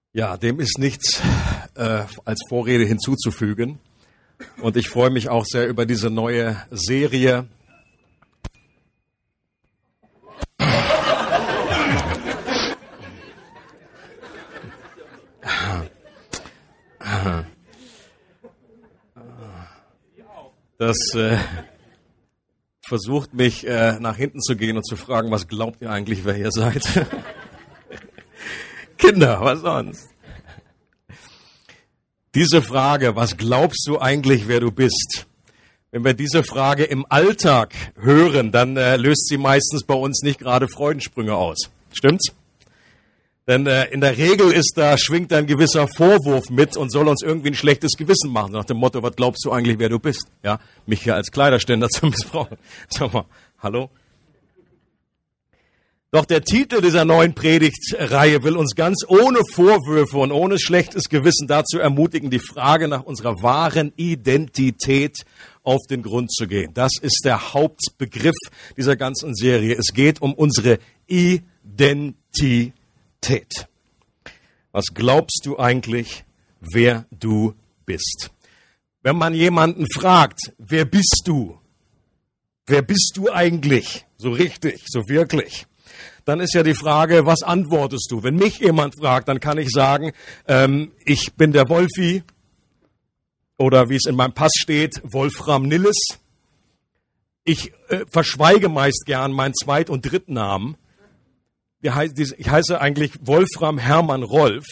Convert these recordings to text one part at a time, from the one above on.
Ja, dem ist nichts als Vorrede hinzuzufügen. Und ich freue mich auch sehr über diese neue Serie. Das versucht mich nach hinten zu gehen und zu fragen, was glaubt ihr eigentlich, wer ihr seid? Kinder, was sonst? Diese Frage, was glaubst du eigentlich, wer du bist? Wenn wir diese Frage im Alltag hören, dann löst sie meistens bei uns nicht gerade Freudensprünge aus. Stimmt's? Denn in der Regel schwingt ein gewisser Vorwurf mit und soll uns irgendwie ein schlechtes Gewissen machen. Nach dem Motto, was glaubst du eigentlich, wer du bist? Ja, mich hier als Kleiderständer zu missbrauchen. Sag mal, hallo? Doch der Titel dieser neuen Predigtreihe will uns ganz ohne Vorwürfe und ohne schlechtes Gewissen dazu ermutigen, die Frage nach unserer wahren Identität auf den Grund zu gehen. Das ist der Hauptbegriff dieser ganzen Serie. Es geht um unsere Identität. Was glaubst du eigentlich, wer du bist? Wenn man jemanden fragt, wer bist du? Wer bist du eigentlich? So richtig, so wirklich. Dann ist ja die Frage, was antwortest du? Wenn mich jemand fragt, dann kann ich sagen, ich bin der Wolfi oder wie es in meinem Pass steht, Wolfram Nilles. Ich verschweige meist gern meinen Zweit- und Drittnamen. Ich heiße eigentlich Wolfram Hermann Rolf.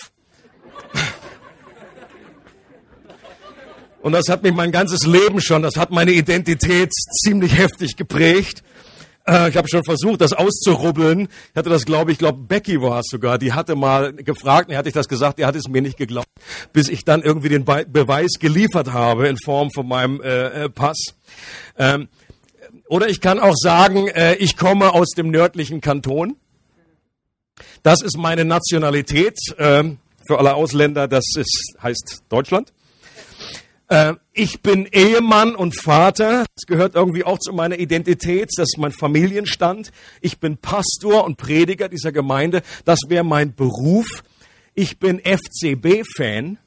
Und das hat mich mein ganzes Leben schon, das hat meine Identität ziemlich heftig geprägt. Ich habe schon versucht, das auszurubbeln. Ich hatte das, glaube Becky war es sogar. Die hatte mal gefragt, hatte ich das gesagt, die hat es mir nicht geglaubt, bis ich dann irgendwie den Beweis geliefert habe in Form von meinem Pass. Oder ich kann auch sagen, ich komme aus dem nördlichen Kanton. Das ist meine Nationalität. Für alle Ausländer, heißt Deutschland. Ich bin Ehemann und Vater, das gehört irgendwie auch zu meiner Identität, das ist mein Familienstand. Ich bin Pastor und Prediger dieser Gemeinde, das wäre mein Beruf. Ich bin FCB-Fan.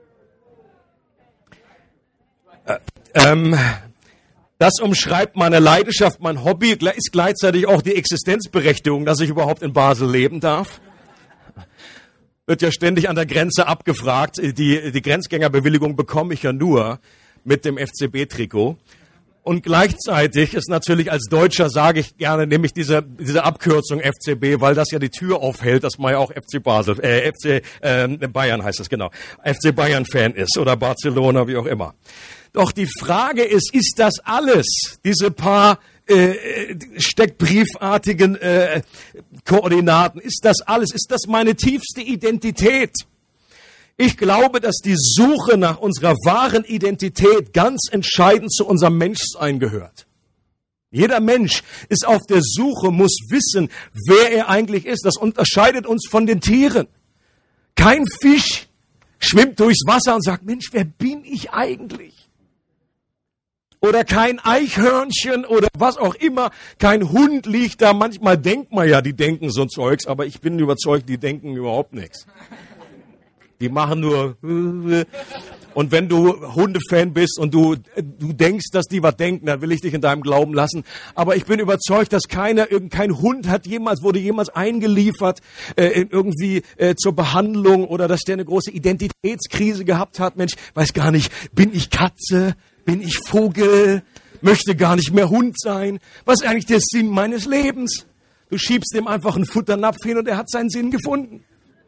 Das umschreibt meine Leidenschaft, mein Hobby, ist gleichzeitig auch die Existenzberechtigung, dass ich überhaupt in Basel leben darf. Wird ja ständig an der Grenze abgefragt. Die Grenzgängerbewilligung bekomme ich ja nur mit dem FCB-Trikot. Und gleichzeitig ist natürlich als Deutscher, sage ich gerne, nehme ich diese Abkürzung FCB, weil das ja die Tür aufhält, dass man ja auch FC Bayern heißt es, genau. FC Bayern-Fan ist oder Barcelona, wie auch immer. Doch die Frage ist das alles? Diese paar steckbriefartigen Koordinaten. Ist das alles? Ist das meine tiefste Identität? Ich glaube, dass die Suche nach unserer wahren Identität ganz entscheidend zu unserem Menschsein gehört. Jeder Mensch ist auf der Suche, muss wissen, wer er eigentlich ist. Das unterscheidet uns von den Tieren. Kein Fisch schwimmt durchs Wasser und sagt, Mensch, wer bin ich eigentlich? Oder kein Eichhörnchen oder was auch immer, kein Hund liegt da. Manchmal denkt man ja, die denken so Zeugs, aber ich bin überzeugt, die denken überhaupt nichts. Die machen nur. Und wenn du Hundefan bist und du denkst, dass die was denken, dann will ich dich in deinem Glauben lassen. Aber ich bin überzeugt, dass kein Hund wurde jemals eingeliefert irgendwie zur Behandlung oder dass der eine große Identitätskrise gehabt hat. Mensch, weiß gar nicht, bin ich Katze? Bin ich Vogel? Möchte gar nicht mehr Hund sein? Was ist eigentlich der Sinn meines Lebens? Du schiebst dem einfach einen Futternapf hin und er hat seinen Sinn gefunden.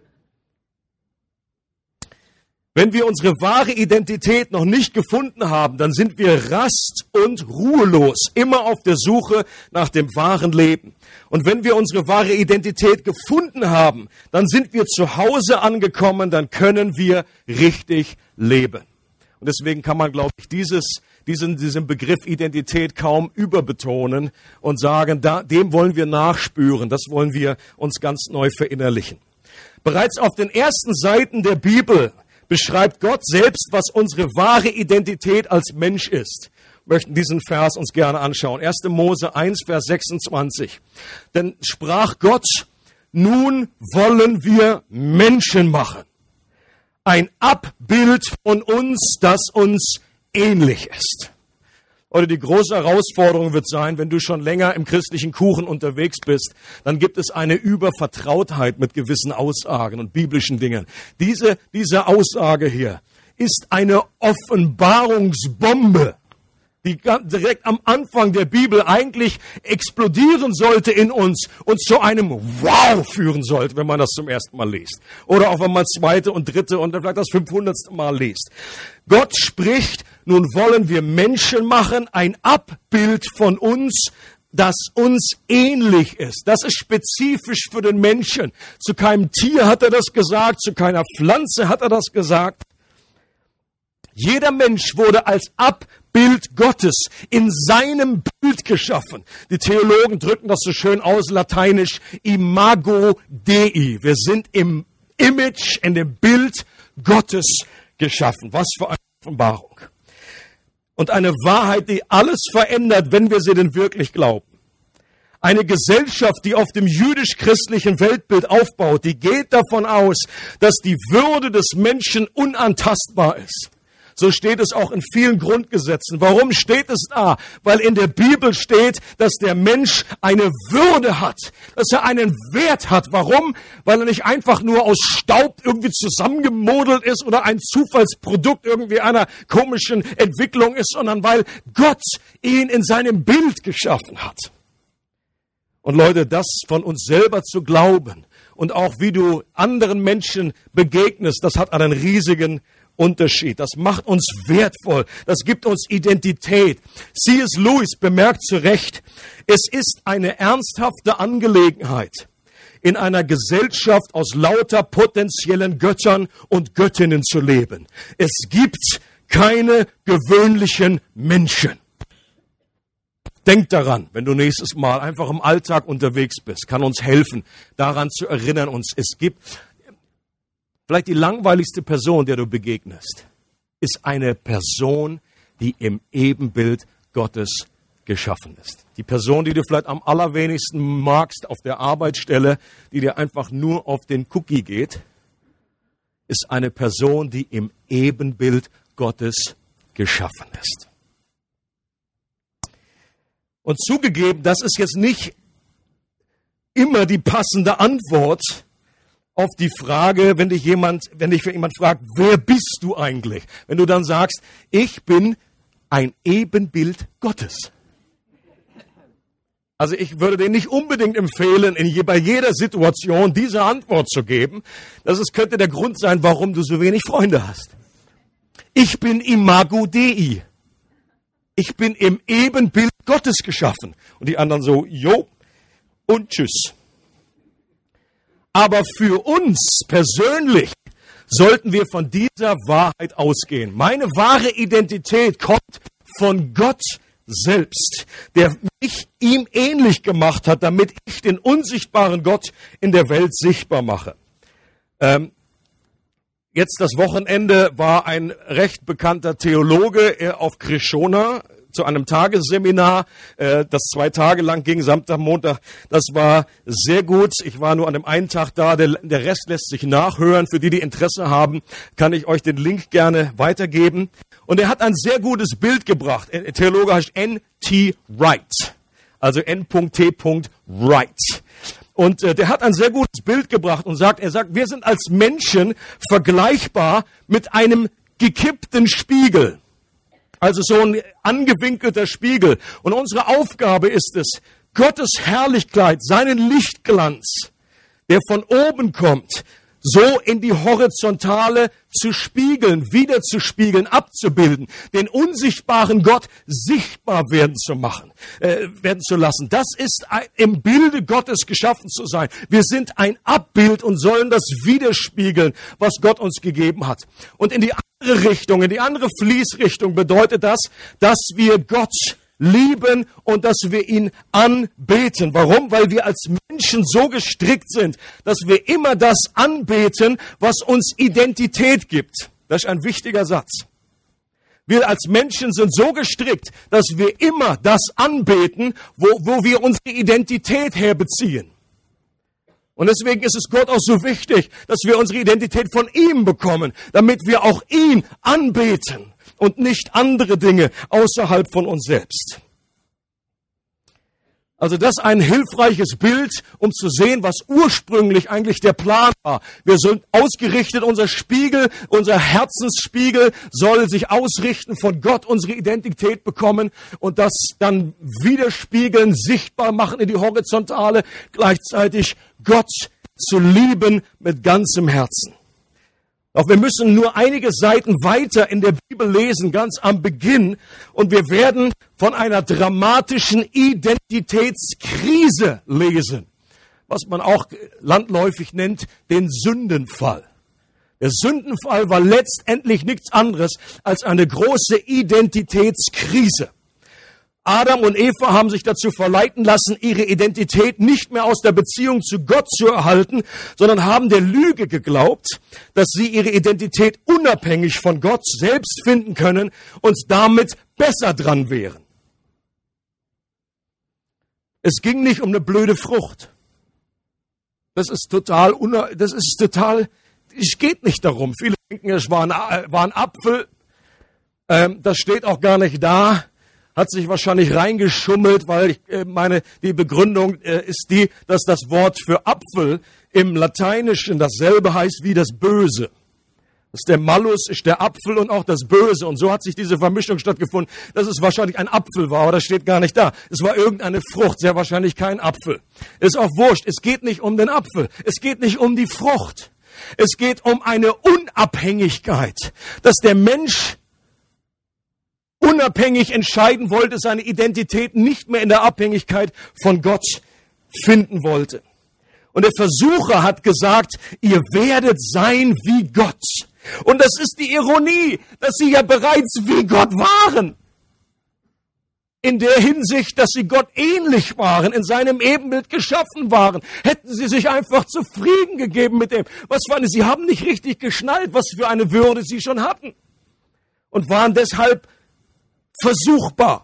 Wenn wir unsere wahre Identität noch nicht gefunden haben, dann sind wir rast- und ruhelos, immer auf der Suche nach dem wahren Leben. Und wenn wir unsere wahre Identität gefunden haben, dann sind wir zu Hause angekommen, dann können wir richtig leben. Und deswegen kann man, glaube ich, diesen Begriff Identität kaum überbetonen und sagen, dem wollen wir nachspüren, das wollen wir uns ganz neu verinnerlichen. Bereits auf den ersten Seiten der Bibel beschreibt Gott selbst, was unsere wahre Identität als Mensch ist. Wir möchten diesen Vers uns gerne anschauen. 1. Mose 1, Vers 26. Denn sprach Gott, nun wollen wir Menschen machen ein Abbild von uns, das uns ähnlich ist. Oder die große Herausforderung wird sein, wenn du schon länger im christlichen Kuchen unterwegs bist, dann gibt es eine Übervertrautheit mit gewissen Aussagen und biblischen Dingen. Diese Aussage hier ist eine Offenbarungsbombe, die direkt am Anfang der Bibel eigentlich explodieren sollte in uns und zu einem Wow führen sollte, wenn man das zum ersten Mal liest. Oder auch wenn man das zweite und dritte und vielleicht das 500. Mal liest. Gott spricht, nun wollen wir Menschen machen, ein Abbild von uns, das uns ähnlich ist. Das ist spezifisch für den Menschen. Zu keinem Tier hat er das gesagt, zu keiner Pflanze hat er das gesagt. Jeder Mensch wurde als Abbild Gottes in seinem Bild geschaffen. Die Theologen drücken das so schön aus, lateinisch Imago Dei. Wir sind im Image, in dem Bild Gottes geschaffen. Was für eine Offenbarung. Und eine Wahrheit, die alles verändert, wenn wir sie denn wirklich glauben. Eine Gesellschaft, die auf dem jüdisch-christlichen Weltbild aufbaut, die geht davon aus, dass die Würde des Menschen unantastbar ist. So steht es auch in vielen Grundgesetzen. Warum steht es da? Weil in der Bibel steht, dass der Mensch eine Würde hat, dass er einen Wert hat. Warum? Weil er nicht einfach nur aus Staub irgendwie zusammengemodelt ist oder ein Zufallsprodukt irgendwie einer komischen Entwicklung ist, sondern weil Gott ihn in seinem Bild geschaffen hat. Und Leute, das von uns selber zu glauben und auch wie du anderen Menschen begegnest, das hat einen riesigen Unterschied. Das macht uns wertvoll. Das gibt uns Identität. C.S. Lewis bemerkt zu Recht, es ist eine ernsthafte Angelegenheit, in einer Gesellschaft aus lauter potenziellen Göttern und Göttinnen zu leben. Es gibt keine gewöhnlichen Menschen. Denk daran, wenn du nächstes Mal einfach im Alltag unterwegs bist, kann uns helfen, daran zu erinnern, es gibt vielleicht die langweiligste Person, der du begegnest, ist eine Person, die im Ebenbild Gottes geschaffen ist. Die Person, die du vielleicht am allerwenigsten magst auf der Arbeitsstelle, die dir einfach nur auf den Cookie geht, ist eine Person, die im Ebenbild Gottes geschaffen ist. Und zugegeben, das ist jetzt nicht immer die passende Antwort auf die Frage, wenn dich jemand fragt, wer bist du eigentlich? Wenn du dann sagst, ich bin ein Ebenbild Gottes. Also ich würde dir nicht unbedingt empfehlen, bei jeder Situation diese Antwort zu geben. Das könnte der Grund sein, warum du so wenig Freunde hast. Ich bin Imago Dei. Ich bin im Ebenbild Gottes geschaffen. Und die anderen so, jo und tschüss. Aber für uns persönlich sollten wir von dieser Wahrheit ausgehen. Meine wahre Identität kommt von Gott selbst, der mich ihm ähnlich gemacht hat, damit ich den unsichtbaren Gott in der Welt sichtbar mache. Jetzt das Wochenende war ein recht bekannter Theologe auf Krishona zu einem Tagesseminar, das 2 Tage lang ging, Samstag, Montag. Das war sehr gut. Ich war nur an dem einen Tag da. Der Rest lässt sich nachhören. Für die Interesse haben, kann ich euch den Link gerne weitergeben. Und er hat ein sehr gutes Bild gebracht. Der Theologe heißt N.T. Wright. Also N.T. Wright. Und der hat ein sehr gutes Bild gebracht und er sagt, wir sind als Menschen vergleichbar mit einem gekippten Spiegel. Also so ein angewinkelter Spiegel. Und unsere Aufgabe ist es, Gottes Herrlichkeit, seinen Lichtglanz, der von oben kommt, so in die Horizontale zu spiegeln, wiederzuspiegeln, abzubilden, den unsichtbaren Gott sichtbar werden zu lassen. Das ist im Bilde Gottes geschaffen zu sein. Wir sind ein Abbild und sollen das widerspiegeln, was Gott uns gegeben hat. Und in die andere Richtung, in die andere Fließrichtung bedeutet das, dass wir Gott lieben und dass wir ihn anbeten. Warum? Weil wir als Menschen so gestrickt sind, dass wir immer das anbeten, was uns Identität gibt. Das ist ein wichtiger Satz. Wir als Menschen sind so gestrickt, dass wir immer das anbeten, wo wir unsere Identität herbeziehen. Und deswegen ist es Gott auch so wichtig, dass wir unsere Identität von ihm bekommen, damit wir auch ihn anbeten und nicht andere Dinge außerhalb von uns selbst. Also das ist ein hilfreiches Bild, um zu sehen, was ursprünglich eigentlich der Plan war. Wir sind ausgerichtet, unser Spiegel, unser Herzensspiegel soll sich ausrichten, von Gott unsere Identität bekommen und das dann widerspiegeln, sichtbar machen in die Horizontale, gleichzeitig Gott zu lieben mit ganzem Herzen. Doch wir müssen nur einige Seiten weiter in der Bibel lesen, ganz am Beginn, und wir werden von einer dramatischen Identitätskrise lesen, was man auch landläufig nennt, den Sündenfall. Der Sündenfall war letztendlich nichts anderes als eine große Identitätskrise. Adam und Eva haben sich dazu verleiten lassen, ihre Identität nicht mehr aus der Beziehung zu Gott zu erhalten, sondern haben der Lüge geglaubt, dass sie ihre Identität unabhängig von Gott selbst finden können und damit besser dran wären. Es ging nicht um eine blöde Frucht. Es geht nicht darum. Viele denken, es war ein Apfel. Das steht auch gar nicht da. Hat sich wahrscheinlich reingeschummelt, weil die Begründung ist die, dass das Wort für Apfel im Lateinischen dasselbe heißt wie das Böse. Das ist der Malus, ist der Apfel und auch das Böse. Und so hat sich diese Vermischung stattgefunden, dass es wahrscheinlich ein Apfel war, aber das steht gar nicht da. Es war irgendeine Frucht, sehr wahrscheinlich kein Apfel. Ist auch wurscht, es geht nicht um den Apfel, es geht nicht um die Frucht. Es geht um eine Unabhängigkeit, dass der Mensch unabhängig entscheiden wollte, seine Identität nicht mehr in der Abhängigkeit von Gott finden wollte. Und der Versucher hat gesagt, ihr werdet sein wie Gott. Und das ist die Ironie, dass sie ja bereits wie Gott waren. In der Hinsicht, dass sie Gott ähnlich waren, in seinem Ebenbild geschaffen waren. Hätten sie sich einfach zufrieden gegeben mit dem. Sie haben nicht richtig geschnallt, was für eine Würde sie schon hatten. Und waren deshalb versuchbar.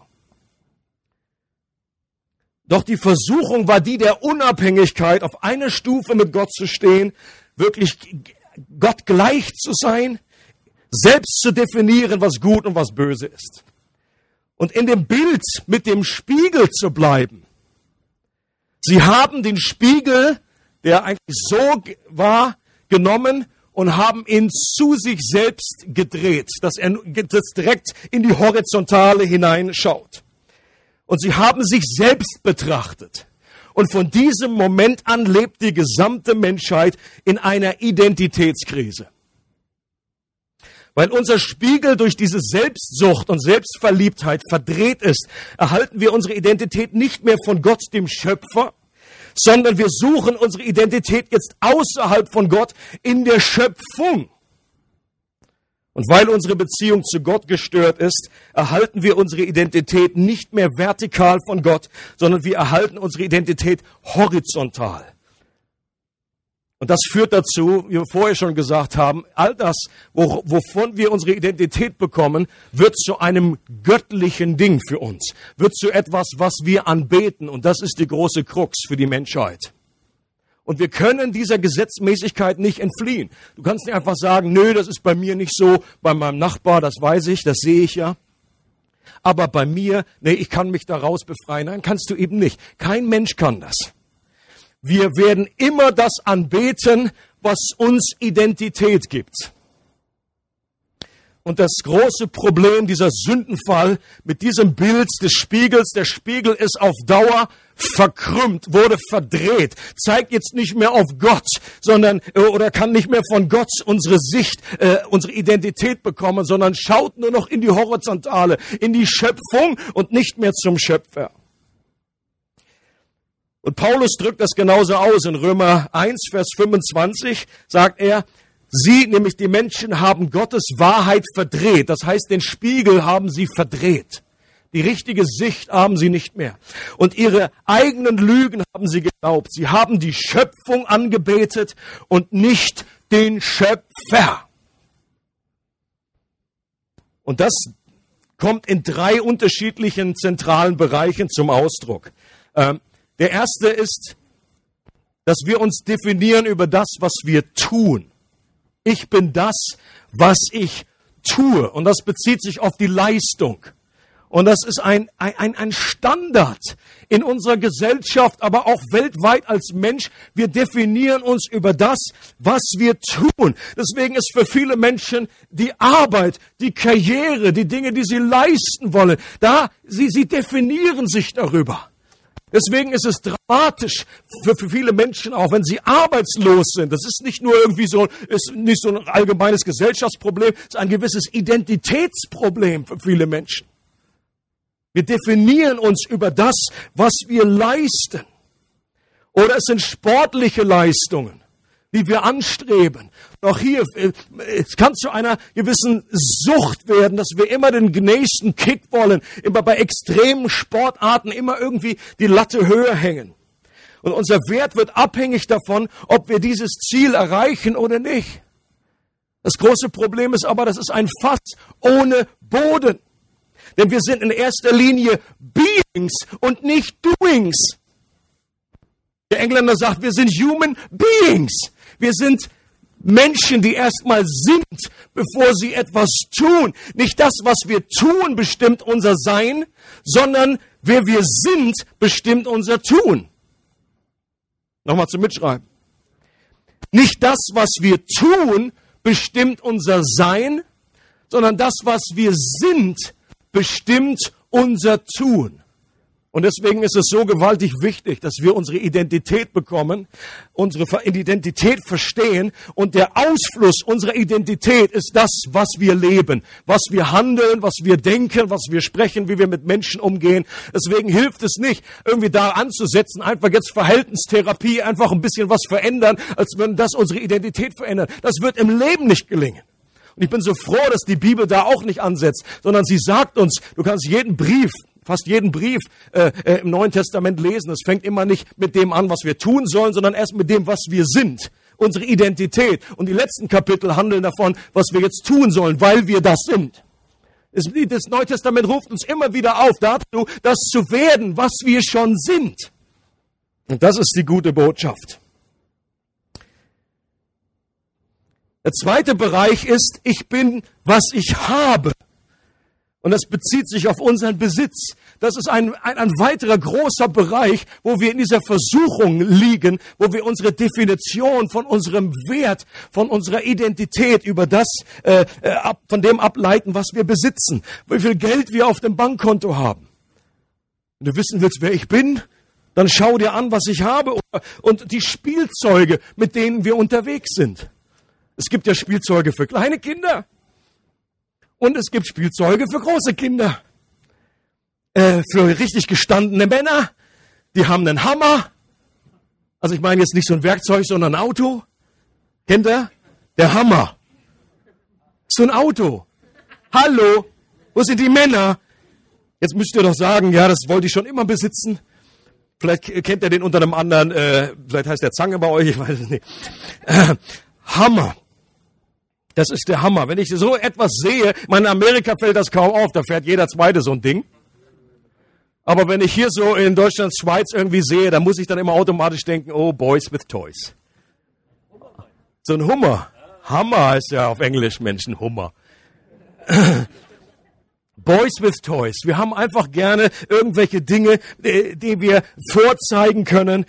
Doch die Versuchung war die der Unabhängigkeit, auf einer Stufe mit Gott zu stehen, wirklich Gott gleich zu sein, selbst zu definieren, was gut und was böse ist. Und in dem Bild mit dem Spiegel zu bleiben. Sie haben den Spiegel, der eigentlich so war, genommen und haben ihn zu sich selbst gedreht, dass er direkt in die Horizontale hineinschaut. Und sie haben sich selbst betrachtet. Und von diesem Moment an lebt die gesamte Menschheit in einer Identitätskrise. Weil unser Spiegel durch diese Selbstsucht und Selbstverliebtheit verdreht ist, erhalten wir unsere Identität nicht mehr von Gott, dem Schöpfer, sondern wir suchen unsere Identität jetzt außerhalb von Gott in der Schöpfung. Und weil unsere Beziehung zu Gott gestört ist, erhalten wir unsere Identität nicht mehr vertikal von Gott, sondern wir erhalten unsere Identität horizontal. Und das führt dazu, wie wir vorher schon gesagt haben, all das, wovon wir unsere Identität bekommen, wird zu einem göttlichen Ding für uns, wird zu etwas, was wir anbeten. Und das ist die große Krux für die Menschheit. Und wir können dieser Gesetzmäßigkeit nicht entfliehen. Du kannst nicht einfach sagen, nö, das ist bei mir nicht so, bei meinem Nachbar, das weiß ich, das sehe ich ja. Aber bei mir, nee, ich kann mich daraus befreien. Nein, kannst du eben nicht. Kein Mensch kann das. Wir werden immer das anbeten, was uns Identität gibt. Und das große Problem, dieser Sündenfall mit diesem Bild des Spiegels, der Spiegel ist auf Dauer verkrümmt, wurde verdreht, zeigt jetzt nicht mehr auf Gott, sondern oder kann nicht mehr von Gott unsere Sicht, unsere Identität bekommen, sondern schaut nur noch in die Horizontale, in die Schöpfung und nicht mehr zum Schöpfer. Und Paulus drückt das genauso aus. In Römer 1, Vers 25 sagt er, sie, nämlich die Menschen, haben Gottes Wahrheit verdreht. Das heißt, den Spiegel haben sie verdreht. Die richtige Sicht haben sie nicht mehr. Und ihre eigenen Lügen haben sie geglaubt. Sie haben die Schöpfung angebetet und nicht den Schöpfer. Und das kommt in 3 unterschiedlichen zentralen Bereichen zum Ausdruck. Der erste ist, dass wir uns definieren über das, was wir tun. Ich bin das, was ich tue. Und das bezieht sich auf die Leistung. Und das ist ein Standard in unserer Gesellschaft, aber auch weltweit als Mensch. Wir definieren uns über das, was wir tun. Deswegen ist für viele Menschen die Arbeit, die Karriere, die Dinge, die sie leisten wollen, sie definieren sich darüber. Deswegen ist es dramatisch für viele Menschen auch, wenn sie arbeitslos sind. Das ist nicht nur irgendwie ist nicht so ein allgemeines Gesellschaftsproblem, es ist ein gewisses Identitätsproblem für viele Menschen. Wir definieren uns über das, was wir leisten. Oder es sind sportliche Leistungen, die wir anstreben. Auch hier, es kann zu einer gewissen Sucht werden, dass wir immer den nächsten Kick wollen, immer bei extremen Sportarten immer irgendwie die Latte höher hängen. Und unser Wert wird abhängig davon, ob wir dieses Ziel erreichen oder nicht. Das große Problem ist aber, das ist ein Fass ohne Boden. Denn wir sind in erster Linie Beings und nicht Doings. Der Engländer sagt, wir sind Human Beings. Wir sind Menschen, die erstmal sind, bevor sie etwas tun. Nicht das, was wir tun, bestimmt unser Sein, sondern wer wir sind, bestimmt unser Tun. Nochmal zum Mitschreiben. Nicht das, was wir tun, bestimmt unser Sein, sondern das, was wir sind, bestimmt unser Tun. Und deswegen ist es so gewaltig wichtig, dass wir unsere Identität bekommen, unsere Identität verstehen. Und der Ausfluss unserer Identität ist das, was wir leben, was wir handeln, was wir denken, was wir sprechen, wie wir mit Menschen umgehen. Deswegen hilft es nicht, irgendwie da anzusetzen, einfach jetzt Verhaltenstherapie, einfach ein bisschen was verändern, als würden das unsere Identität verändern. Das wird im Leben nicht gelingen. Und ich bin so froh, dass die Bibel da auch nicht ansetzt, sondern sie sagt uns, du kannst fast jeden Brief im Neuen Testament lesen. Es fängt immer nicht mit dem an, was wir tun sollen, sondern erst mit dem, was wir sind. Unsere Identität. Und die letzten Kapitel handeln davon, was wir jetzt tun sollen, weil wir das sind. Das Neue Testament ruft uns immer wieder auf dazu, das zu werden, was wir schon sind. Und das ist die gute Botschaft. Der zweite Bereich ist, ich bin, was ich habe. Und das bezieht sich auf unseren Besitz. Das ist ein weiterer großer Bereich, wo wir in dieser Versuchung liegen, wo wir unsere Definition von unserem Wert, von unserer Identität über das, von dem ableiten, was wir besitzen. Wie viel Geld wir auf dem Bankkonto haben. Wenn du wissen willst, wer ich bin, dann schau dir an, was ich habe und die Spielzeuge, mit denen wir unterwegs sind. Es gibt ja Spielzeuge für kleine Kinder und es gibt Spielzeuge für große Kinder. Für richtig gestandene Männer, die haben einen Hammer. Also ich meine jetzt nicht so ein Werkzeug, sondern ein Auto. Kennt ihr? Der Hammer. So ein Auto. Hallo, wo sind die Männer? Jetzt müsst ihr doch sagen, ja, das wollte ich schon immer besitzen. Vielleicht kennt ihr den unter einem anderen, vielleicht heißt der Zange bei euch, ich weiß es nicht. Hammer. Das ist der Hammer. Wenn ich so etwas sehe, in Amerika fällt das kaum auf, da fährt jeder Zweite so ein Ding. Aber wenn ich hier so in Deutschland, Schweiz irgendwie sehe, dann muss ich dann immer automatisch denken, oh, Boys with Toys. So ein Hummer. Hammer heißt ja auf Englisch, Menschen, Hummer. Boys with Toys. Wir haben einfach gerne irgendwelche Dinge, die wir vorzeigen können.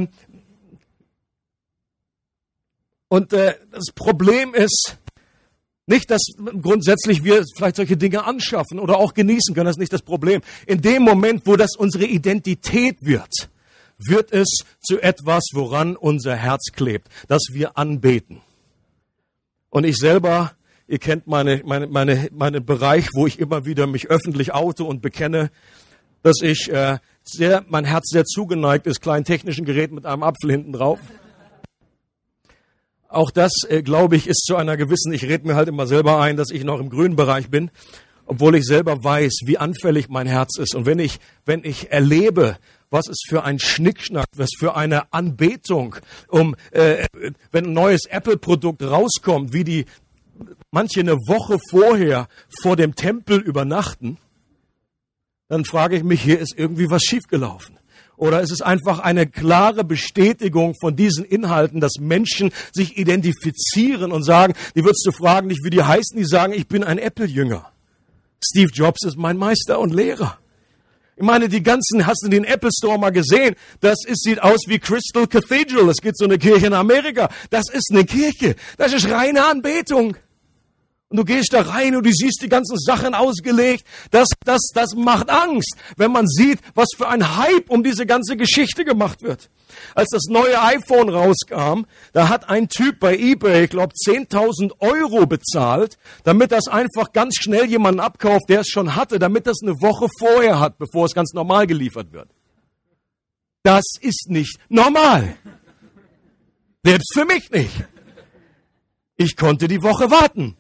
Und das Problem ist, nicht, dass grundsätzlich wir vielleicht solche Dinge anschaffen oder auch genießen können, das ist nicht das Problem. In dem Moment, wo das unsere Identität wird, wird es zu etwas, woran unser Herz klebt, das wir anbeten. Und ich selber, ihr kennt meinen Bereich, wo ich immer wieder mich öffentlich oute und bekenne, dass ich mein Herz sehr zugeneigt ist, kleinen technischen Geräten mit einem Apfel hinten drauf. Auch das, glaube ich, ist zu einer gewissen, ich rede mir halt immer selber ein, dass ich noch im grünen Bereich bin, obwohl ich selber weiß, wie anfällig mein Herz ist. Und wenn ich erlebe, was ist für ein Schnickschnack, was für eine Anbetung, wenn ein neues Apple-Produkt rauskommt, wie die manche eine Woche vorher vor dem Tempel übernachten, dann frage ich mich, hier ist irgendwie was schiefgelaufen. Oder ist es einfach eine klare Bestätigung von diesen Inhalten, dass Menschen sich identifizieren und sagen, die würdest du fragen, nicht wie die heißen, die sagen, ich bin ein Apple-Jünger. Steve Jobs ist mein Meister und Lehrer. Ich meine, die ganzen, hast du den Apple Store mal gesehen? Sieht aus wie Crystal Cathedral. Es gibt so eine Kirche in Amerika. Das ist eine Kirche. Das ist reine Anbetung. Und du gehst da rein und du siehst die ganzen Sachen ausgelegt. Das macht Angst, wenn man sieht, was für ein Hype um diese ganze Geschichte gemacht wird. Als das neue iPhone rauskam, da hat ein Typ bei eBay, ich glaube 10.000 € bezahlt, damit das einfach ganz schnell jemanden abkauft, der es schon hatte, damit das eine Woche vorher hat, bevor es ganz normal geliefert wird. Das ist nicht normal. Selbst für mich nicht. Ich konnte die Woche warten.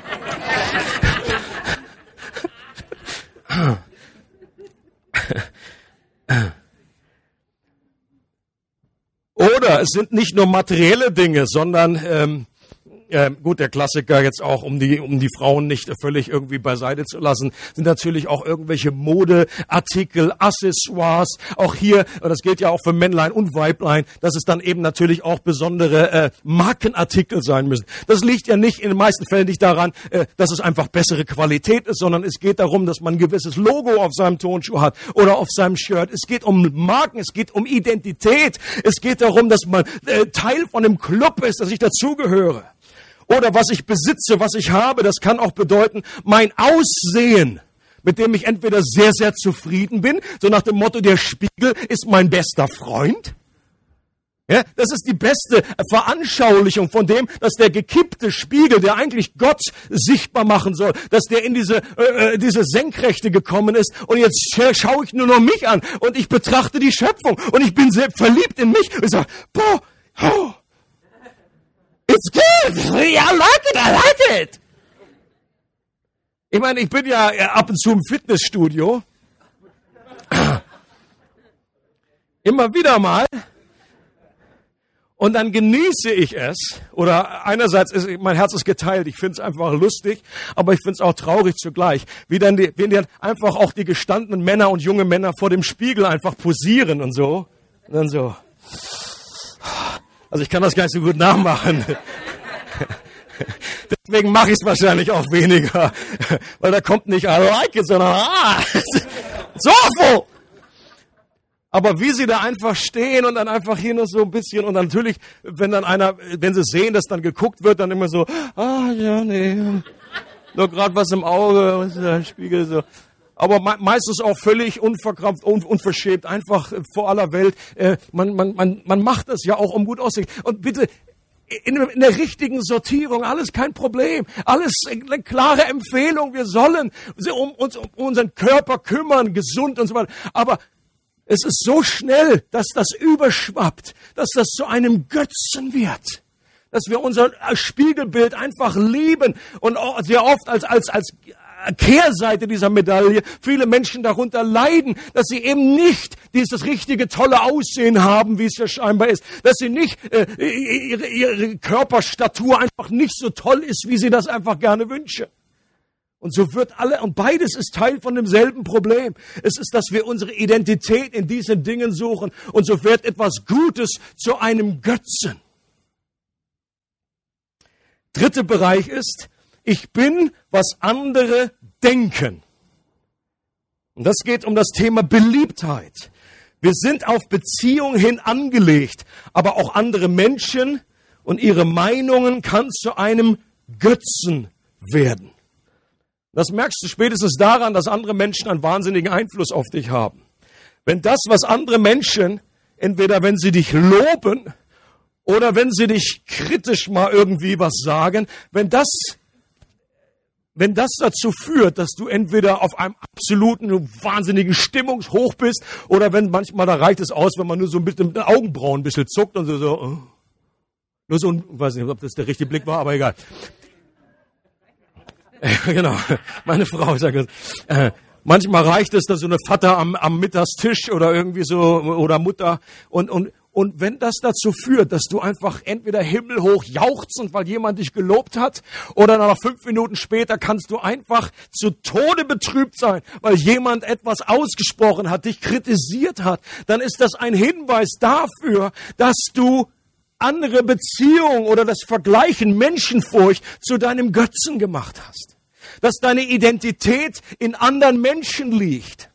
Oder es sind nicht nur materielle Dinge, sondern gut, der Klassiker jetzt auch, um die Frauen nicht völlig irgendwie beiseite zu lassen, sind natürlich auch irgendwelche Modeartikel, Accessoires. Auch hier, und das gilt ja auch für Männlein und Weiblein, dass es dann eben natürlich auch besondere Markenartikel sein müssen. Das liegt ja nicht in den meisten Fällen nicht daran, dass es einfach bessere Qualität ist, sondern es geht darum, dass man ein gewisses Logo auf seinem Turnschuh hat oder auf seinem Shirt. Es geht um Marken, es geht um Identität. Es geht darum, dass man Teil von einem Club ist, dass ich dazugehöre. Oder was ich besitze, was ich habe, das kann auch bedeuten, mein Aussehen, mit dem ich entweder sehr, sehr zufrieden bin, so nach dem Motto, der Spiegel ist mein bester Freund. Ja, das ist die beste Veranschaulichung von dem, dass der gekippte Spiegel, der eigentlich Gott sichtbar machen soll, dass der in diese Senkrechte gekommen ist und jetzt schaue ich nur noch mich an und ich betrachte die Schöpfung und ich bin sehr verliebt in mich und ich sage, boah, oh. It's good. I like it. Ich meine, ich bin ja ab und zu im Fitnessstudio. Immer wieder mal. Und dann genieße ich es. Oder einerseits mein Herz ist geteilt. Ich finde es einfach lustig, aber ich finde es auch traurig zugleich. Wie dann einfach auch die gestandenen Männer und junge Männer vor dem Spiegel einfach posieren und so. Und dann so. Also ich kann das gar nicht so gut nachmachen. Deswegen mache ich es wahrscheinlich auch weniger. Weil da kommt nicht I like it, sondern so. Aber wie sie da einfach stehen und dann einfach hier noch so ein bisschen und natürlich, wenn sie sehen, dass dann geguckt wird, dann immer so, ja, nee. Nur gerade was im Auge, was ist der Spiegel so. Aber meistens auch völlig unverkrampft, unverschämt, einfach vor aller Welt. Man macht das ja auch, um gut auszusehen. Und bitte, in der richtigen Sortierung, alles kein Problem. Alles eine klare Empfehlung. Wir sollen uns um unseren Körper kümmern, gesund und so weiter. Aber es ist so schnell, dass das überschwappt, dass das zu einem Götzen wird. Dass wir unser Spiegelbild einfach lieben und auch sehr oft als Kehrseite dieser Medaille viele Menschen darunter leiden, dass sie eben nicht dieses richtige, tolle Aussehen haben, wie es ja scheinbar ist, dass sie nicht, ihre Körperstatur einfach nicht so toll ist, wie sie das einfach gerne wünschen. Und so wird und beides ist Teil von demselben Problem. Es ist, dass wir unsere Identität in diesen Dingen suchen und so wird etwas Gutes zu einem Götzen. Dritter Bereich ist, ich bin, was andere denken. Und das geht um das Thema Beliebtheit. Wir sind auf Beziehung hin angelegt, aber auch andere Menschen und ihre Meinungen kann zu einem Götzen werden. Das merkst du spätestens daran, dass andere Menschen einen wahnsinnigen Einfluss auf dich haben. Wenn das, was andere Menschen, entweder wenn sie dich loben oder wenn sie dich kritisch mal irgendwie was sagen, wenn das dazu führt, dass du entweder auf einem absoluten, wahnsinnigen Stimmungshoch bist oder wenn manchmal, da reicht es aus, wenn man nur so ein bisschen mit den Augenbrauen ein bisschen zuckt und so nur so, ich weiß nicht, ob das der richtige Blick war, aber egal. Genau, meine Frau sagt, manchmal reicht es, dass so eine Vater am Mittagstisch oder irgendwie so, oder Mutter und Und wenn das dazu führt, dass du einfach entweder himmelhoch jauchzend, weil jemand dich gelobt hat, oder nach 5 Minuten später kannst du einfach zu Tode betrübt sein, weil jemand etwas ausgesprochen hat, dich kritisiert hat, dann ist das ein Hinweis dafür, dass du andere Beziehungen oder das Vergleichen Menschenfurcht zu deinem Götzen gemacht hast. Dass deine Identität in anderen Menschen liegt.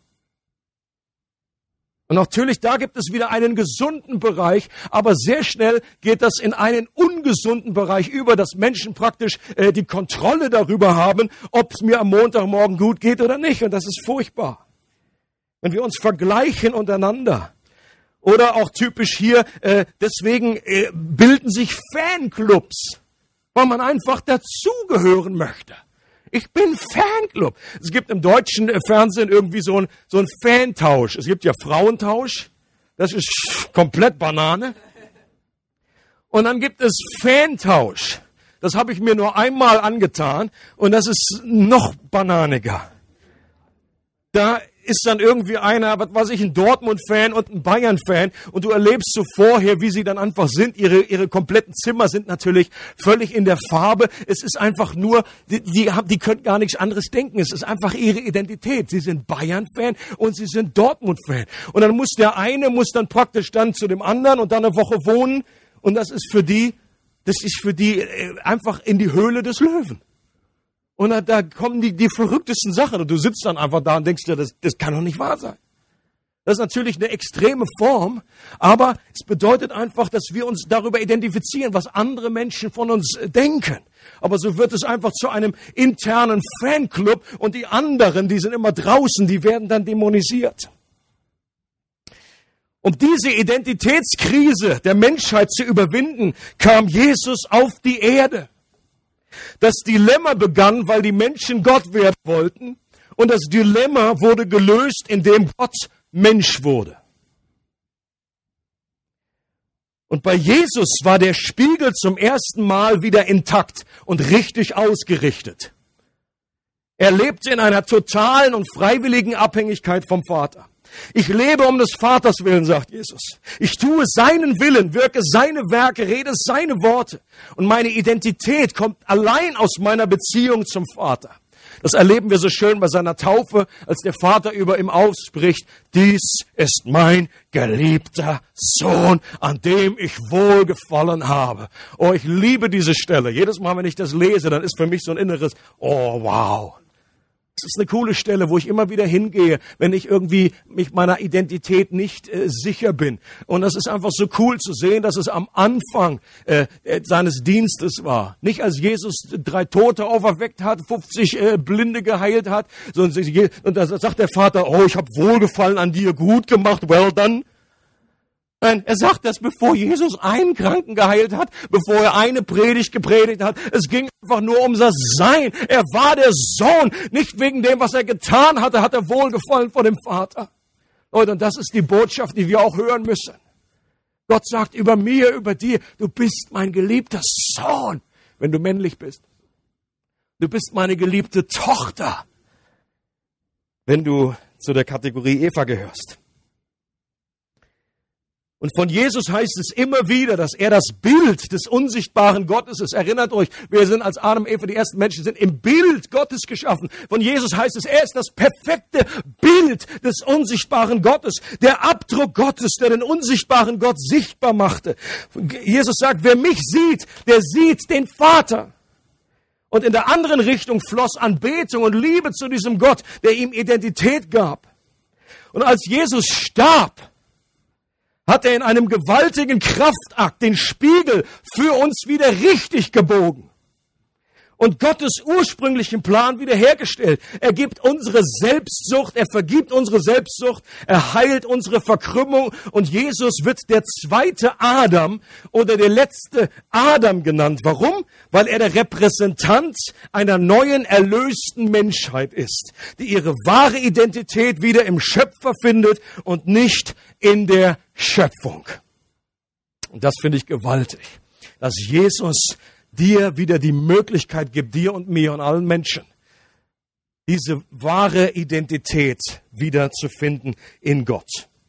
Und natürlich, da gibt es wieder einen gesunden Bereich, aber sehr schnell geht das in einen ungesunden Bereich über, dass Menschen praktisch die Kontrolle darüber haben, ob es mir am Montagmorgen gut geht oder nicht. Und das ist furchtbar. Wenn wir uns vergleichen untereinander. Oder auch typisch hier, deswegen bilden sich Fanclubs, weil man einfach dazugehören möchte. Ich bin Fanclub. Es gibt im deutschen Fernsehen irgendwie so ein Fantausch. Es gibt ja Frauentausch. Das ist komplett Banane. Und dann gibt es Fantausch. Das habe ich mir nur einmal angetan. Und das ist noch bananiger. Da ist dann irgendwie einer, was weiß ich, ein Dortmund-Fan und ein Bayern-Fan und du erlebst so vorher, wie sie dann einfach sind. Ihre kompletten Zimmer sind natürlich völlig in der Farbe. Es ist einfach nur, die können gar nichts anderes denken. Es ist einfach ihre Identität. Sie sind Bayern-Fan und sie sind Dortmund-Fan. Und dann muss der eine dann praktisch dann zu dem anderen und dann eine Woche wohnen und das ist für die einfach in die Höhle des Löwen. Und da kommen die verrücktesten Sachen. Und du sitzt dann einfach da und denkst dir, das kann doch nicht wahr sein. Das ist natürlich eine extreme Form, aber es bedeutet einfach, dass wir uns darüber identifizieren, was andere Menschen von uns denken. Aber so wird es einfach zu einem internen Fanclub und die anderen, die sind immer draußen, die werden dann dämonisiert. Um diese Identitätskrise der Menschheit zu überwinden, kam Jesus auf die Erde. Das Dilemma begann, weil die Menschen Gott werden wollten. Und das Dilemma wurde gelöst, indem Gott Mensch wurde. Und bei Jesus war der Spiegel zum ersten Mal wieder intakt und richtig ausgerichtet. Er lebte in einer totalen und freiwilligen Abhängigkeit vom Vater. Ich lebe um des Vaters willen, sagt Jesus. Ich tue seinen Willen, wirke seine Werke, rede seine Worte. Und meine Identität kommt allein aus meiner Beziehung zum Vater. Das erleben wir so schön bei seiner Taufe, als der Vater über ihm ausspricht, dies ist mein geliebter Sohn, an dem ich wohlgefallen habe. Oh, ich liebe diese Stelle. Jedes Mal, wenn ich das lese, dann ist für mich so ein inneres, oh wow. Das ist eine coole Stelle, wo ich immer wieder hingehe, wenn ich irgendwie mich meiner Identität nicht sicher bin. Und das ist einfach so cool zu sehen, dass es am Anfang seines Dienstes war. Nicht als Jesus 3 Tote auferweckt hat, 50 Blinde geheilt hat. Und da sagt der Vater, oh, ich habe Wohlgefallen an dir, gut gemacht, well done. Nein, er sagt das, bevor Jesus einen Kranken geheilt hat, bevor er eine Predigt gepredigt hat. Es ging einfach nur um das Sein. Er war der Sohn. Nicht wegen dem, was er getan hatte, hat er Wohlgefallen vor dem Vater. Leute, und das ist die Botschaft, die wir auch hören müssen. Gott sagt über mir, über dir, du bist mein geliebter Sohn, wenn du männlich bist. Du bist meine geliebte Tochter, wenn du zu der Kategorie Eva gehörst. Und von Jesus heißt es immer wieder, dass er das Bild des unsichtbaren Gottes ist. Erinnert euch, wir sind als Adam und Eva, die ersten Menschen, sind im Bild Gottes geschaffen. Von Jesus heißt es, er ist das perfekte Bild des unsichtbaren Gottes. Der Abdruck Gottes, der den unsichtbaren Gott sichtbar machte. Jesus sagt, wer mich sieht, der sieht den Vater. Und in der anderen Richtung floss Anbetung und Liebe zu diesem Gott, der ihm Identität gab. Und als Jesus starb, hat er in einem gewaltigen Kraftakt den Spiegel für uns wieder richtig gebogen und Gottes ursprünglichen Plan wiederhergestellt. Er gibt unsere Selbstsucht, er vergibt unsere Selbstsucht, er heilt unsere Verkrümmung und Jesus wird der zweite Adam oder der letzte Adam genannt. Warum? Weil er der Repräsentant einer neuen, erlösten Menschheit ist, die ihre wahre Identität wieder im Schöpfer findet und nicht in der Schöpfung. Und das finde ich gewaltig, dass Jesus dir wieder die Möglichkeit gibt, dir und mir und allen Menschen, diese wahre Identität wieder zu finden in Gott.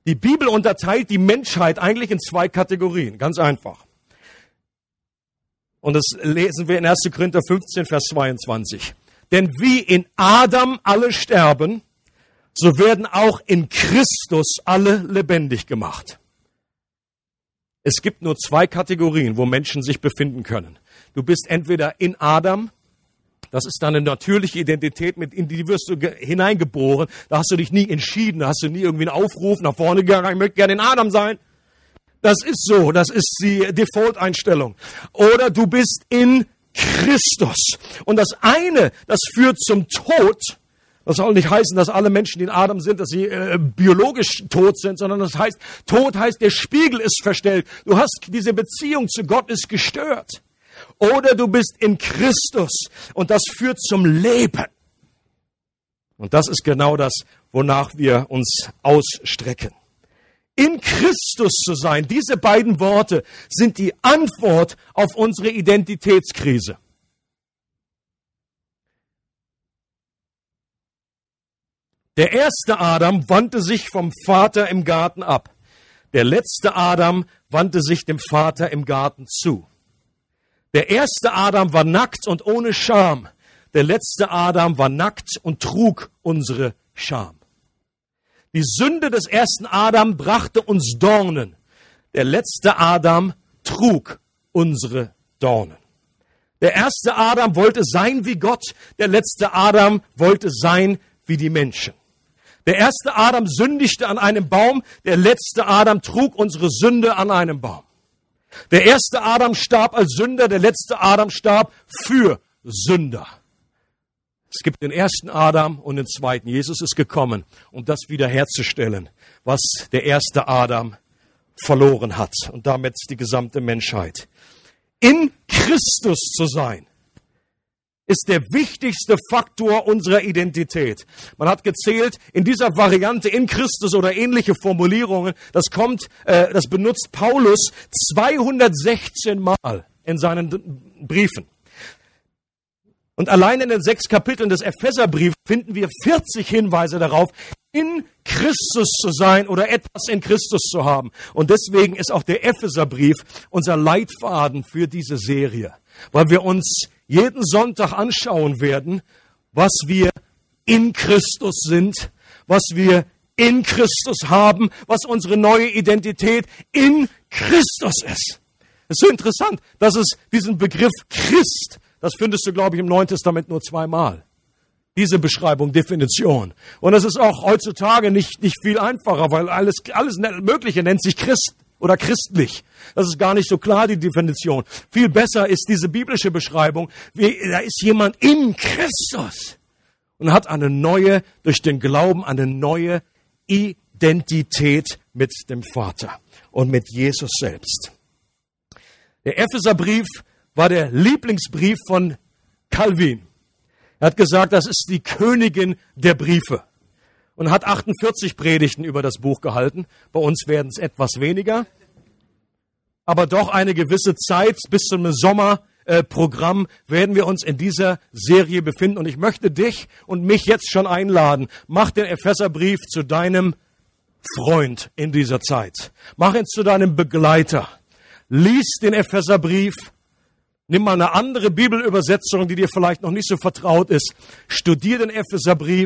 Die Bibel unterteilt die Menschheit eigentlich in 2 Kategorien, ganz einfach. Und das lesen wir in 1. Korinther 15, Vers 22. Denn wie in Adam alle sterben, so werden auch in Christus alle lebendig gemacht. Es gibt nur 2 Kategorien, wo Menschen sich befinden können. Du bist entweder in Adam, das ist deine natürliche Identität, in die wirst du hineingeboren. Da hast du dich nie entschieden, da hast du nie irgendwie einen Aufruf nach vorne gegangen, ich möchte gerne in Adam sein. Das ist so, das ist die Default-Einstellung. Oder du bist in Christus. Und das eine, das führt zum Tod. Das soll nicht heißen, dass alle Menschen, die in Adam sind, dass sie biologisch tot sind, sondern das heißt, Tod heißt, der Spiegel ist verstellt. Du hast diese Beziehung zu Gott ist gestört. Oder du bist in Christus und das führt zum Leben. Und das ist genau das, wonach wir uns ausstrecken. In Christus zu sein, diese beiden Worte sind die Antwort auf unsere Identitätskrise. Der erste Adam wandte sich vom Vater im Garten ab. Der letzte Adam wandte sich dem Vater im Garten zu. Der erste Adam war nackt und ohne Scham. Der letzte Adam war nackt und trug unsere Scham. Die Sünde des ersten Adam brachte uns Dornen. Der letzte Adam trug unsere Dornen. Der erste Adam wollte sein wie Gott. Der letzte Adam wollte sein wie die Menschen. Der erste Adam sündigte an einem Baum. Der letzte Adam trug unsere Sünde an einem Baum. Der erste Adam starb als Sünder. Der letzte Adam starb für Sünder. Es gibt den ersten Adam und den zweiten. Jesus ist gekommen, um das wiederherzustellen, was der erste Adam verloren hat und damit die gesamte Menschheit. In Christus zu sein, ist der wichtigste Faktor unserer Identität. Man hat gezählt, in dieser Variante in Christus oder ähnliche Formulierungen, das benutzt Paulus 216 Mal in seinen Briefen. Und allein in den 6 Kapiteln des Epheserbriefs finden wir 40 Hinweise darauf, in Christus zu sein oder etwas in Christus zu haben. Und deswegen ist auch der Epheserbrief unser Leitfaden für diese Serie, weil wir uns jeden Sonntag anschauen werden, was wir in Christus sind, was wir in Christus haben, was unsere neue Identität in Christus ist. Es ist so interessant, dass es diesen Begriff Christ, das findest du, glaube ich, im Neuen Testament nur 2 Mal. Diese Beschreibung, Definition. Und das ist auch heutzutage nicht viel einfacher, weil alles Mögliche nennt sich Christ oder christlich. Das ist gar nicht so klar, die Definition. Viel besser ist diese biblische Beschreibung, da ist jemand in Christus und hat durch den Glauben eine neue Identität mit dem Vater und mit Jesus selbst. Der Epheserbrief war der Lieblingsbrief von Calvin. Er hat gesagt, das ist die Königin der Briefe und hat 48 Predigten über das Buch gehalten. Bei uns werden es etwas weniger, aber doch eine gewisse Zeit bis zum Sommerprogramm werden wir uns in dieser Serie befinden. Und ich möchte dich und mich jetzt schon einladen. Mach den Epheserbrief zu deinem Freund in dieser Zeit. Mach ihn zu deinem Begleiter. Lies den Epheserbrief. Nimm mal eine andere Bibelübersetzung, die dir vielleicht noch nicht so vertraut ist. Studier den Epheserbrief.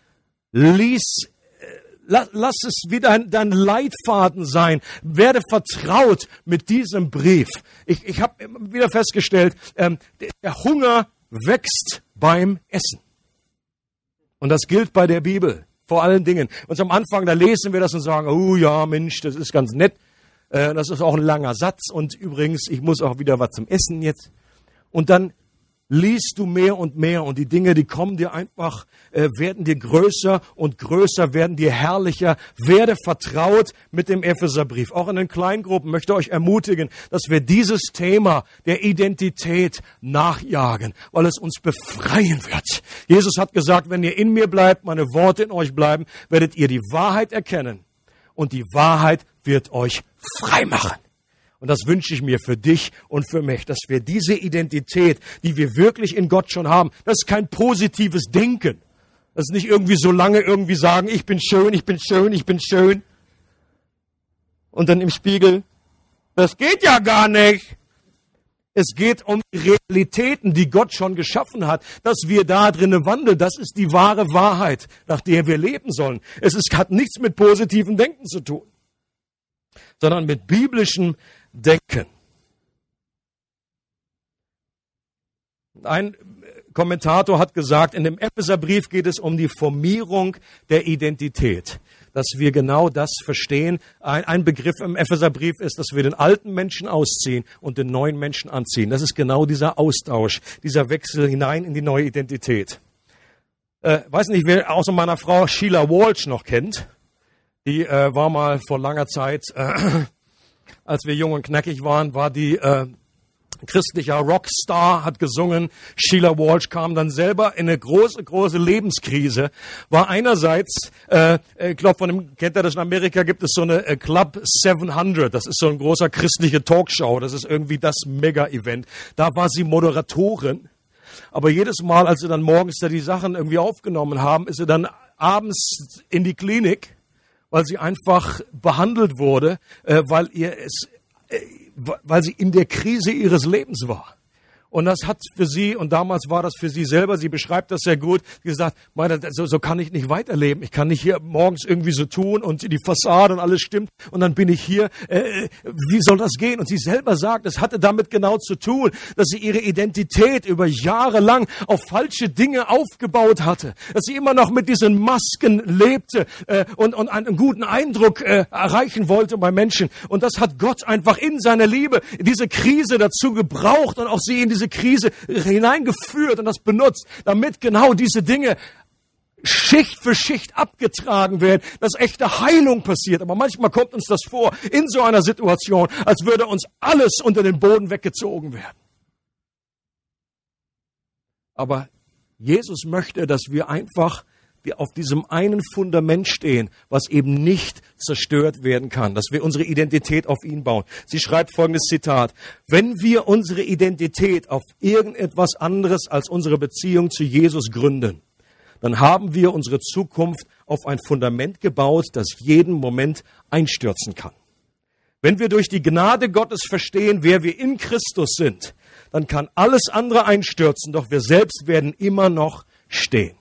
Lies, lass es wieder dein Leitfaden sein. Werde vertraut mit diesem Brief. Ich habe wieder festgestellt, der Hunger wächst beim Essen. Und das gilt bei der Bibel, vor allen Dingen. Und am Anfang, da lesen wir das und sagen, oh ja, Mensch, das ist ganz nett. Das ist auch ein langer Satz und übrigens, ich muss auch wieder was zum Essen jetzt. Und dann liest du mehr und mehr und die Dinge, die kommen dir einfach, werden dir größer und größer, werden dir herrlicher. Werde vertraut mit dem Epheserbrief. Auch in den Kleingruppen möchte ich euch ermutigen, dass wir dieses Thema der Identität nachjagen, weil es uns befreien wird. Jesus hat gesagt, wenn ihr in mir bleibt, meine Worte in euch bleiben, werdet ihr die Wahrheit erkennen und die Wahrheit wird euch frei machen. Und das wünsche ich mir für dich und für mich, dass wir diese Identität, die wir wirklich in Gott schon haben, das ist kein positives Denken. Das ist nicht irgendwie so lange irgendwie sagen, ich bin schön, ich bin schön, ich bin schön. und dann im Spiegel, das geht ja gar nicht. Es geht um die Realitäten, die Gott schon geschaffen hat, dass wir da drinnen wandeln. Das ist die wahre Wahrheit, nach der wir leben sollen. Hat nichts mit positivem Denken zu tun, sondern mit biblischem Denken. Ein Kommentator hat gesagt, in dem Epheserbrief geht es um die Formierung der Identität, dass wir genau das verstehen. Ein Begriff im Epheserbrief ist, dass wir den alten Menschen ausziehen und den neuen Menschen anziehen. Das ist genau dieser Austausch, dieser Wechsel hinein in die neue Identität. Weiß nicht, wer außer meiner Frau Sheila Walsh noch kennt. Die war mal vor langer Zeit, als wir jung und knackig waren, war die christlicher Rockstar, hat gesungen. Sheila Walsh kam dann selber in eine große Lebenskrise. War einerseits, ich glaube, kennt ihr das, in Amerika gibt es so eine Club 700. Das ist so ein großer christliche Talkshow. Das ist irgendwie das Mega-Event. Da war sie Moderatorin. Aber jedes Mal, als sie dann morgens da die Sachen irgendwie aufgenommen haben, ist sie dann abends in die Klinik, weil sie einfach behandelt wurde, weil sie in der Krise ihres Lebens war. Und das hat für sie, und damals war das für sie selber, sie beschreibt das sehr gut, gesagt, so kann ich nicht weiterleben. Ich kann nicht hier morgens irgendwie so tun und die Fassade und alles stimmt und dann bin ich hier. Wie soll das gehen? Und sie selber sagt, es hatte damit genau zu tun, dass sie ihre Identität über Jahre lang auf falsche Dinge aufgebaut hatte. Dass sie immer noch mit diesen Masken lebte und einen guten Eindruck erreichen wollte bei Menschen. Und das hat Gott einfach in seiner Liebe diese Krise dazu gebraucht und auch sie in diese Krise hineingeführt und das benutzt, damit genau diese Dinge Schicht für Schicht abgetragen werden, dass echte Heilung passiert. Aber manchmal kommt uns das vor, in so einer Situation, als würde uns alles unter den Boden weggezogen werden. Aber Jesus möchte, dass wir einfach auf diesem einen Fundament stehen, was eben nicht zerstört werden kann, dass wir unsere Identität auf ihn bauen. Sie schreibt folgendes Zitat: Wenn wir unsere Identität auf irgendetwas anderes als unsere Beziehung zu Jesus gründen, dann haben wir unsere Zukunft auf ein Fundament gebaut, das jeden Moment einstürzen kann. Wenn wir durch die Gnade Gottes verstehen, wer wir in Christus sind, dann kann alles andere einstürzen, doch wir selbst werden immer noch stehen.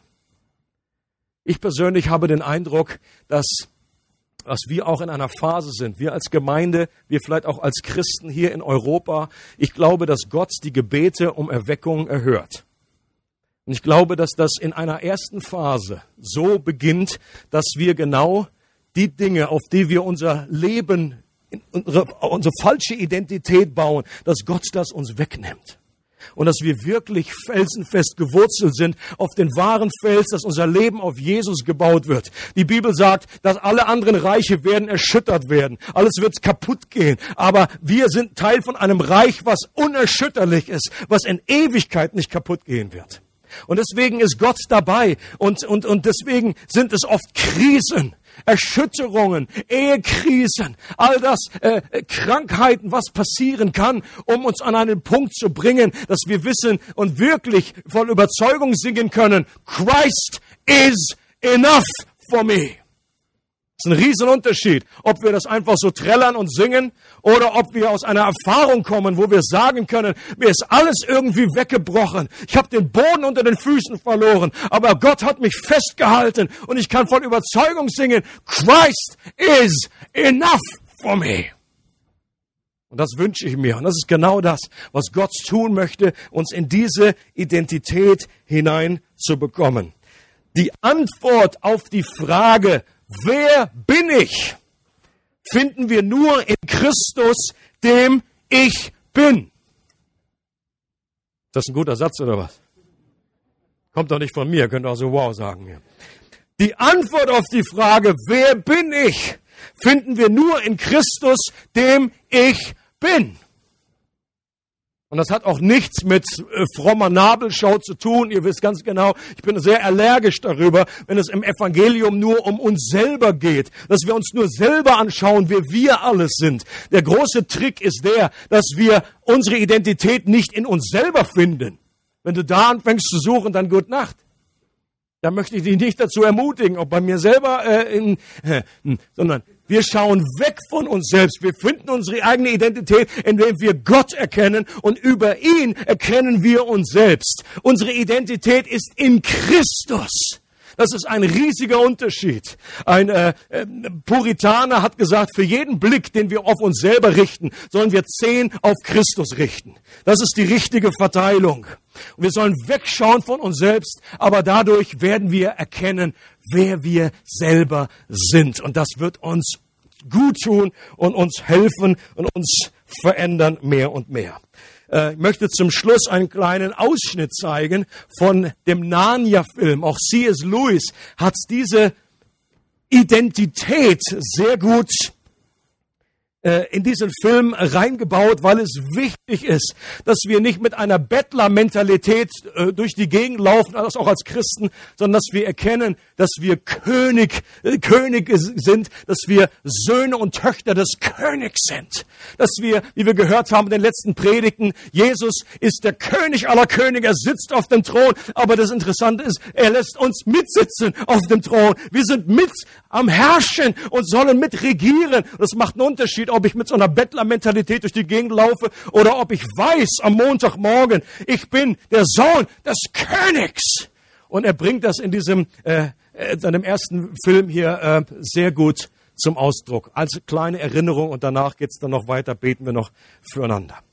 Ich persönlich habe den Eindruck, dass wir auch in einer Phase sind, wir als Gemeinde, wir vielleicht auch als Christen hier in Europa, ich glaube, dass Gott die Gebete um Erweckung erhört. Und ich glaube, dass das in einer ersten Phase so beginnt, dass wir genau die Dinge, auf die wir unser Leben, unsere falsche Identität bauen, dass Gott das uns wegnimmt. Und dass wir wirklich felsenfest gewurzelt sind auf den wahren Fels, dass unser Leben auf Jesus gebaut wird. Die Bibel sagt, dass alle anderen Reiche werden erschüttert werden. Alles wird kaputt gehen. Aber wir sind Teil von einem Reich, was unerschütterlich ist, was in Ewigkeit nicht kaputt gehen wird. Und deswegen ist Gott dabei. Und deswegen sind es oft Krisen, Erschütterungen, Ehekrisen, all das, Krankheiten, was passieren kann, um uns an einen Punkt zu bringen, dass wir wissen und wirklich voll Überzeugung singen können, Christ is enough for me. Das ist ein Riesenunterschied, ob wir das einfach so trällern und singen oder ob wir aus einer Erfahrung kommen, wo wir sagen können, mir ist alles irgendwie weggebrochen. Ich habe den Boden unter den Füßen verloren, aber Gott hat mich festgehalten und ich kann von Überzeugung singen, Christ is enough for me. Und das wünsche ich mir. Und das ist genau das, was Gott tun möchte, uns in diese Identität hinein zu bekommen. Die Antwort auf die Frage, wer bin ich, finden wir nur in Christus, dem ich bin. Ist das ein guter Satz oder was? Kommt doch nicht von mir, könnt auch so wow sagen. Die Antwort auf die Frage, wer bin ich, finden wir nur in Christus, dem ich bin. Und das hat auch nichts mit frommer Nabelschau zu tun. Ihr wisst ganz genau, ich bin sehr allergisch darüber, wenn es im Evangelium nur um uns selber geht. Dass wir uns nur selber anschauen, wer wir alles sind. Der große Trick ist der, dass wir unsere Identität nicht in uns selber finden. Wenn du da anfängst zu suchen, dann gute Nacht. Da möchte ich dich nicht dazu ermutigen, auch bei mir selber, sondern Wir schauen weg von uns selbst. Wir finden unsere eigene Identität, indem wir Gott erkennen und über ihn erkennen wir uns selbst. Unsere Identität ist in Christus. Das ist ein riesiger Unterschied. Ein Puritaner hat gesagt, für jeden Blick, den wir auf uns selber richten, sollen wir 10 auf Christus richten. Das ist die richtige Verteilung. Und wir sollen wegschauen von uns selbst, aber dadurch werden wir erkennen, wer wir selber sind. Und das wird uns gut tun und uns helfen und uns verändern mehr und mehr. Ich möchte zum Schluss einen kleinen Ausschnitt zeigen von dem Narnia-Film. Auch C.S. Lewis hat diese Identität sehr gut in diesen Film reingebaut, weil es wichtig ist, dass wir nicht mit einer Bettler-Mentalität durch die Gegend laufen, also auch als Christen, sondern dass wir erkennen, dass wir Könige sind, dass wir Söhne und Töchter des Königs sind. Dass wir, wie wir gehört haben in den letzten Predigten, Jesus ist der König aller Könige, er sitzt auf dem Thron, aber das Interessante ist, er lässt uns mitsitzen auf dem Thron. Wir sind mit am Herrschen und sollen mit regieren. Das macht einen Unterschied, ob ich mit so einer Bettler-Mentalität durch die Gegend laufe oder ob ich weiß am Montagmorgen, ich bin der Sohn des Königs. Und er bringt das in diesem seinem ersten Film hier sehr gut zum Ausdruck. Als kleine Erinnerung und danach geht's dann noch weiter, beten wir noch füreinander.